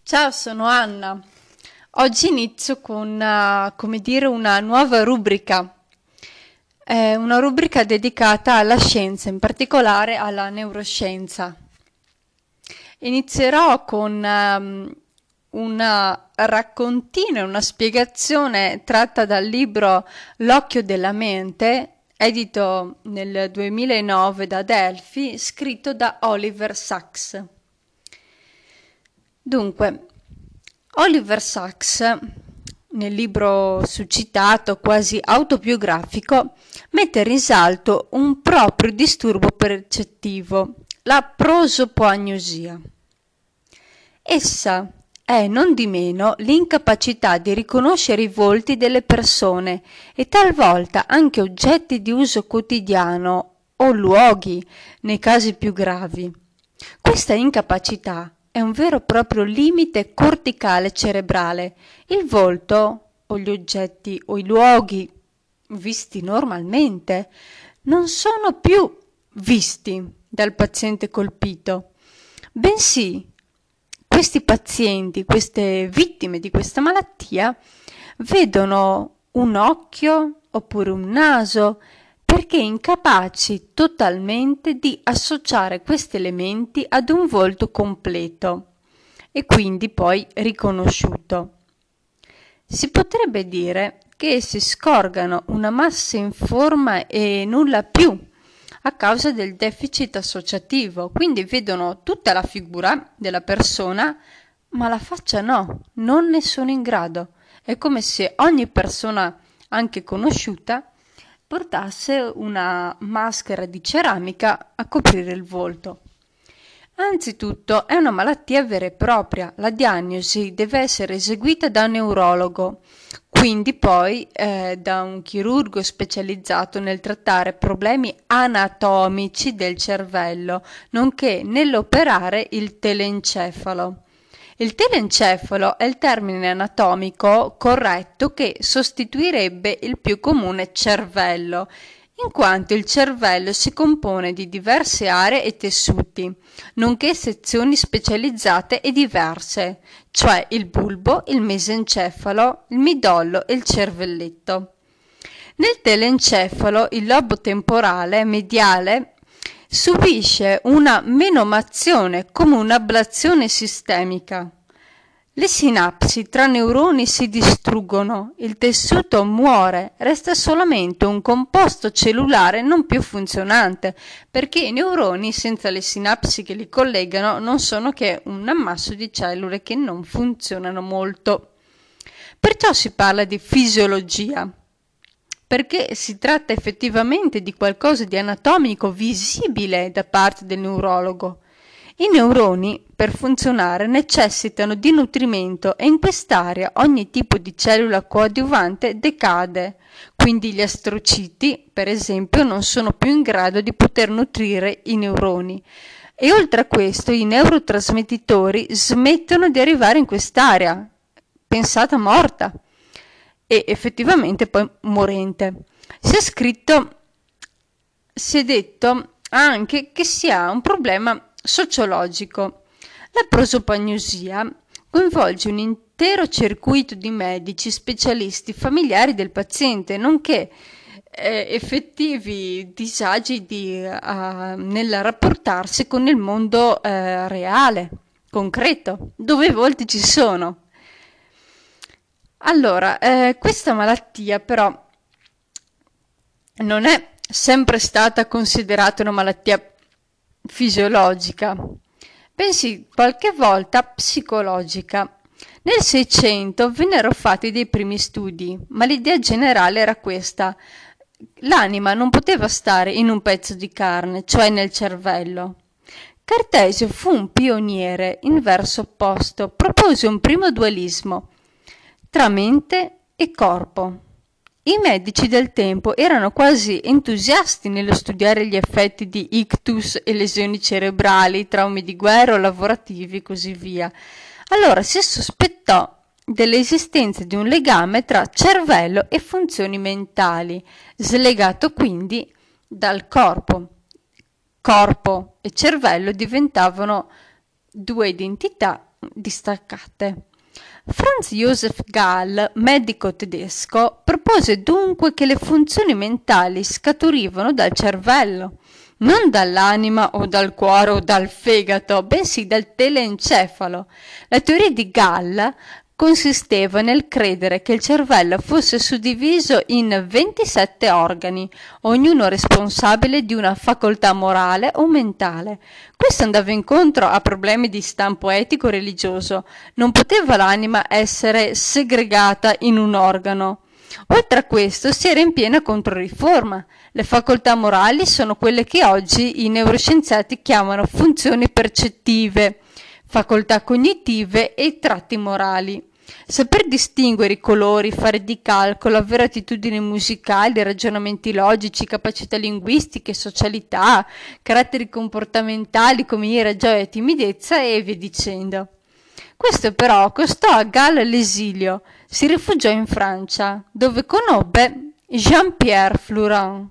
Ciao, sono Anna. Oggi inizio con, una nuova rubrica. È una rubrica dedicata alla scienza, in particolare alla neuroscienza. Inizierò con una raccontina, una spiegazione tratta dal libro L'occhio della mente, edito nel 2009 da Delphi, scritto da Oliver Sacks. Dunque, Oliver Sacks, nel libro succitato, quasi autobiografico, mette in risalto un proprio disturbo percettivo, la prosopagnosia. Essa è nondimeno l'incapacità di riconoscere i volti delle persone e talvolta anche oggetti di uso quotidiano o luoghi nei casi più gravi. Questa incapacità è un vero e proprio limite corticale cerebrale. Il volto o gli oggetti o i luoghi visti normalmente non sono più visti dal paziente colpito, bensì questi pazienti, queste vittime di questa malattia, vedono un occhio oppure un naso perché incapaci totalmente di associare questi elementi ad un volto completo e quindi poi riconosciuto. Si potrebbe dire che essi scorgano una massa in forma e nulla più a causa del deficit associativo, quindi vedono tutta la figura della persona, ma la faccia no, non ne sono in grado. È come se ogni persona, anche conosciuta, portasse una maschera di ceramica a coprire il volto. Anzitutto è una malattia vera e propria, la diagnosi deve essere eseguita da un neurologo, quindi poi da un chirurgo specializzato nel trattare problemi anatomici del cervello, nonché nell'operare il telencefalo. Il telencefalo è il termine anatomico corretto che sostituirebbe il più comune cervello, in quanto il cervello si compone di diverse aree e tessuti, nonché sezioni specializzate e diverse, cioè il bulbo, il mesencefalo, il midollo e il cervelletto. Nel telencefalo il lobo temporale mediale subisce una menomazione come un'ablazione sistemica. Le sinapsi tra neuroni si distruggono, il tessuto muore, resta solamente un composto cellulare non più funzionante, perché i neuroni senza le sinapsi che li collegano non sono che un ammasso di cellule che non funzionano molto. Perciò si parla di fisiologia, perché si tratta effettivamente di qualcosa di anatomico visibile da parte del neurologo. I neuroni, per funzionare, necessitano di nutrimento e in quest'area ogni tipo di cellula coadiuvante decade, quindi gli astrociti, per esempio, non sono più in grado di poter nutrire i neuroni. E oltre a questo, i neurotrasmettitori smettono di arrivare in quest'area, pensata morta e effettivamente poi morente. Si è detto anche che si ha un problema sociologico. La prosopagnosia coinvolge un intero circuito di medici, specialisti, familiari del paziente, nonché effettivi disagi nel rapportarsi con il mondo reale, concreto, dove i volti ci sono. Allora, questa malattia però non è sempre stata considerata una malattia fisiologica, bensì qualche volta psicologica. Nel Seicento vennero fatti dei primi studi, ma l'idea generale era questa: l'anima non poteva stare in un pezzo di carne, cioè nel cervello. Cartesio fu un pioniere in verso opposto, propose un primo dualismo tra mente e corpo. I medici del tempo erano quasi entusiasti nello studiare gli effetti di ictus e lesioni cerebrali, traumi di guerra o lavorativi e così via. Allora si sospettò dell'esistenza di un legame tra cervello e funzioni mentali, slegato quindi dal corpo. Corpo e cervello diventavano due identità distaccate. Franz Josef Gall, medico tedesco, propose dunque che le funzioni mentali scaturivano dal cervello, non dall'anima o dal cuore o dal fegato, bensì dal telencefalo. La teoria di Gall consisteva nel credere che il cervello fosse suddiviso in 27 organi, ognuno responsabile di una facoltà morale o mentale. Questo andava incontro a problemi di stampo etico-religioso. Non poteva l'anima essere segregata in un organo. Oltre a questo si era in piena controriforma. Le facoltà morali sono quelle che oggi i neuroscienziati chiamano funzioni percettive, facoltà cognitive e tratti morali. Saper distinguere i colori, fare di calcolo, avere attitudini musicali, ragionamenti logici, capacità linguistiche, socialità, caratteri comportamentali come ira, gioia e timidezza e via dicendo. Questo però costò a Gall l'esilio. Si rifugiò in Francia, dove conobbe Jean-Pierre Flourens.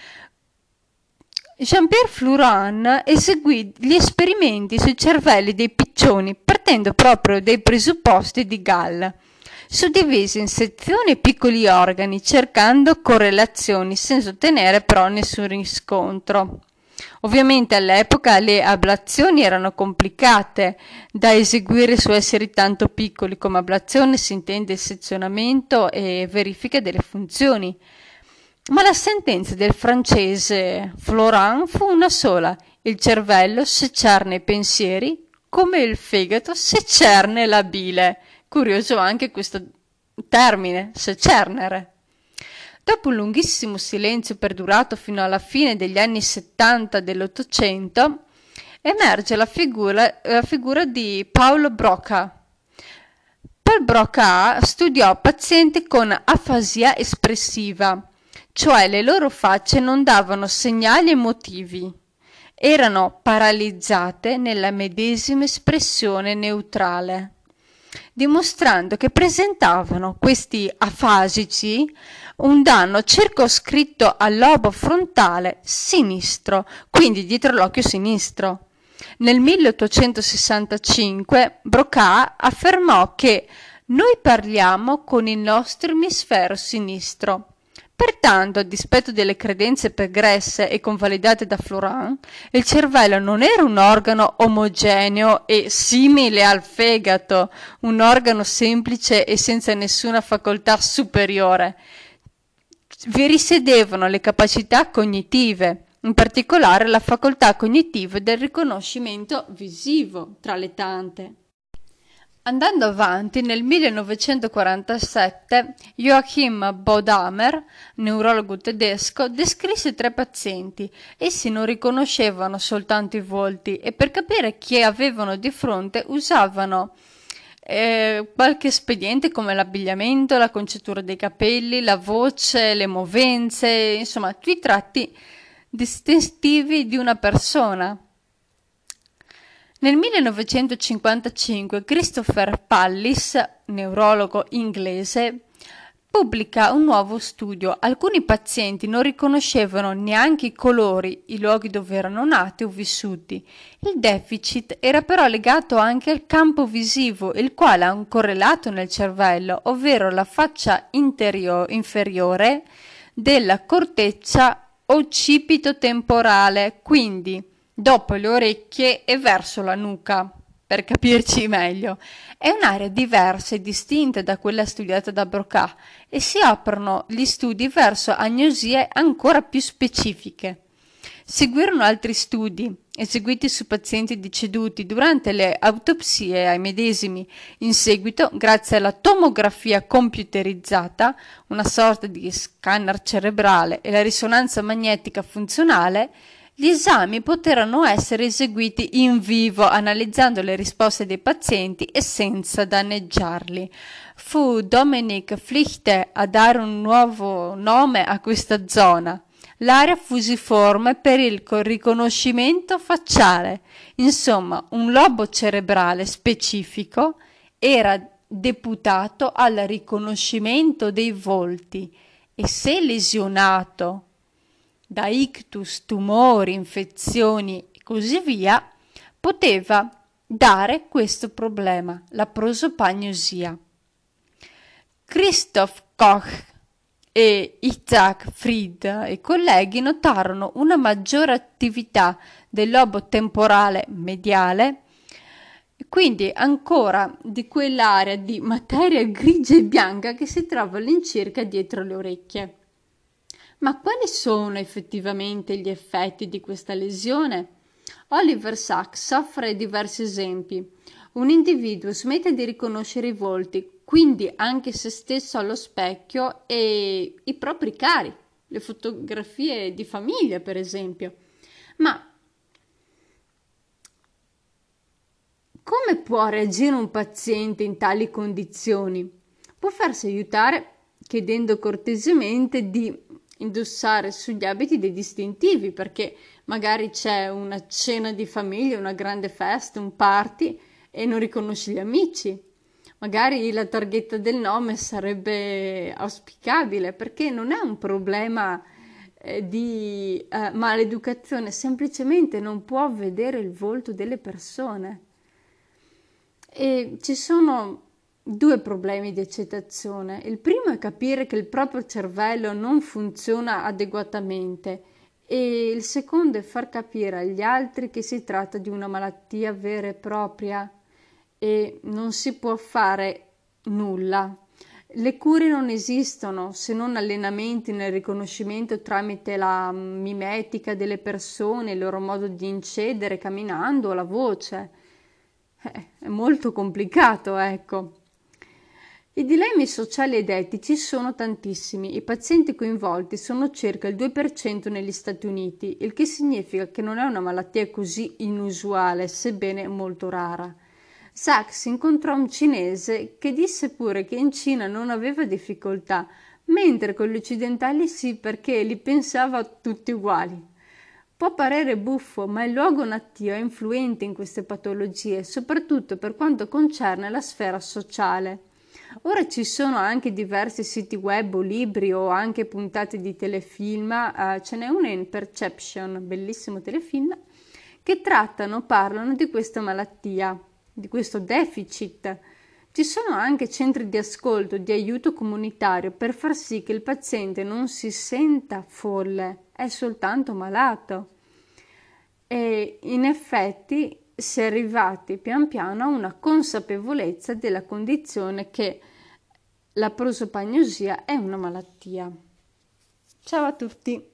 Jean-Pierre Flourens eseguì gli esperimenti sui cervelli dei piccioni partendo proprio dai presupposti di Gall. Suddivise in sezioni e piccoli organi cercando correlazioni senza ottenere però nessun riscontro. Ovviamente all'epoca le ablazioni erano complicate da eseguire su esseri tanto piccoli. Come ablazione si intende il sezionamento e verifica delle funzioni. Ma la sentenza del francese Flourens fu una sola: il cervello secerne i pensieri come il fegato secerne la bile. Curioso anche questo termine, secernere. Dopo un lunghissimo silenzio perdurato fino alla fine degli anni 70 dell'Ottocento, emerge la figura di Paul Broca. Paul Broca studiò pazienti con afasia espressiva, cioè le loro facce non davano segnali emotivi, erano paralizzate nella medesima espressione neutrale, dimostrando che presentavano questi afasici un danno circoscritto al lobo frontale sinistro, quindi dietro l'occhio sinistro. Nel 1865 Broca affermò che noi parliamo con il nostro emisfero sinistro. Pertanto, a dispetto delle credenze pregresse e convalidate da Flourens, il cervello non era un organo omogeneo e simile al fegato, un organo semplice e senza nessuna facoltà superiore. Vi risiedevano le capacità cognitive, in particolare la facoltà cognitiva del riconoscimento visivo, tra le tante. Andando avanti, nel 1947 Joachim Boddamer, neurologo tedesco, descrisse 3 pazienti. Essi non riconoscevano soltanto i volti e per capire chi avevano di fronte usavano qualche espediente come l'abbigliamento, la conciatura dei capelli, la voce, le movenze, insomma tutti i tratti distintivi di una persona. Nel 1955 Christopher Pallis, neurologo inglese, pubblica un nuovo studio. Alcuni pazienti non riconoscevano neanche i colori, i luoghi dove erano nati o vissuti. Il deficit era però legato anche al campo visivo, il quale ha un correlato nel cervello, ovvero la faccia inferiore della corteccia occipito-temporale, quindi dopo le orecchie e verso la nuca, per capirci meglio. È un'area diversa e distinta da quella studiata da Broca e si aprono gli studi verso agnosie ancora più specifiche. Seguirono altri studi, eseguiti su pazienti deceduti durante le autopsie ai medesimi. In seguito, grazie alla tomografia computerizzata, una sorta di scanner cerebrale, e la risonanza magnetica funzionale, gli esami poterono essere eseguiti in vivo, analizzando le risposte dei pazienti e senza danneggiarli. Fu Dominic Fichte a dare un nuovo nome a questa zona, l'area fusiforme per il riconoscimento facciale. Insomma, un lobo cerebrale specifico era deputato al riconoscimento dei volti e, se lesionato da ictus, tumori, infezioni e così via, poteva dare questo problema, la prosopagnosia. Christoph Koch e Isaac Fried e colleghi notarono una maggiore attività del lobo temporale mediale, quindi ancora di quell'area di materia grigia e bianca che si trova all'incirca dietro le orecchie. Ma quali sono effettivamente gli effetti di questa lesione? Oliver Sacks offre diversi esempi. Un individuo smette di riconoscere i volti, quindi anche se stesso allo specchio e i propri cari, le fotografie di famiglia, per esempio. Ma come può reagire un paziente in tali condizioni? Può farsi aiutare chiedendo cortesemente di indossare sugli abiti dei distintivi, perché magari c'è una cena di famiglia, una grande festa, un party e non riconosci gli amici. Magari la targhetta del nome sarebbe auspicabile, perché non è un problema di maleducazione, semplicemente non può vedere il volto delle persone. E ci sono due problemi di accettazione. Il primo è capire che il proprio cervello non funziona adeguatamente e il secondo è far capire agli altri che si tratta di una malattia vera e propria e non si può fare nulla. Le cure non esistono se non allenamenti nel riconoscimento tramite la mimetica delle persone, il loro modo di incedere camminando o la voce. È molto complicato, ecco. I dilemmi sociali ed etici sono tantissimi. I pazienti coinvolti sono circa il 2% negli Stati Uniti, il che significa che non è una malattia così inusuale, sebbene molto rara. Sachs incontrò un cinese che disse pure che in Cina non aveva difficoltà, mentre con gli occidentali sì, perché li pensava tutti uguali. Può parere buffo, ma il luogo natio è influente in queste patologie, soprattutto per quanto concerne la sfera sociale. Ora ci sono anche diversi siti web o libri o anche puntate di telefilm, ce n'è una in Perception, bellissimo telefilm, che parlano di questa malattia, di questo deficit. Ci sono anche centri di ascolto, di aiuto comunitario per far sì che il paziente non si senta folle, è soltanto malato. E in effetti si è arrivati pian piano a una consapevolezza della condizione che la prosopagnosia è una malattia. Ciao a tutti!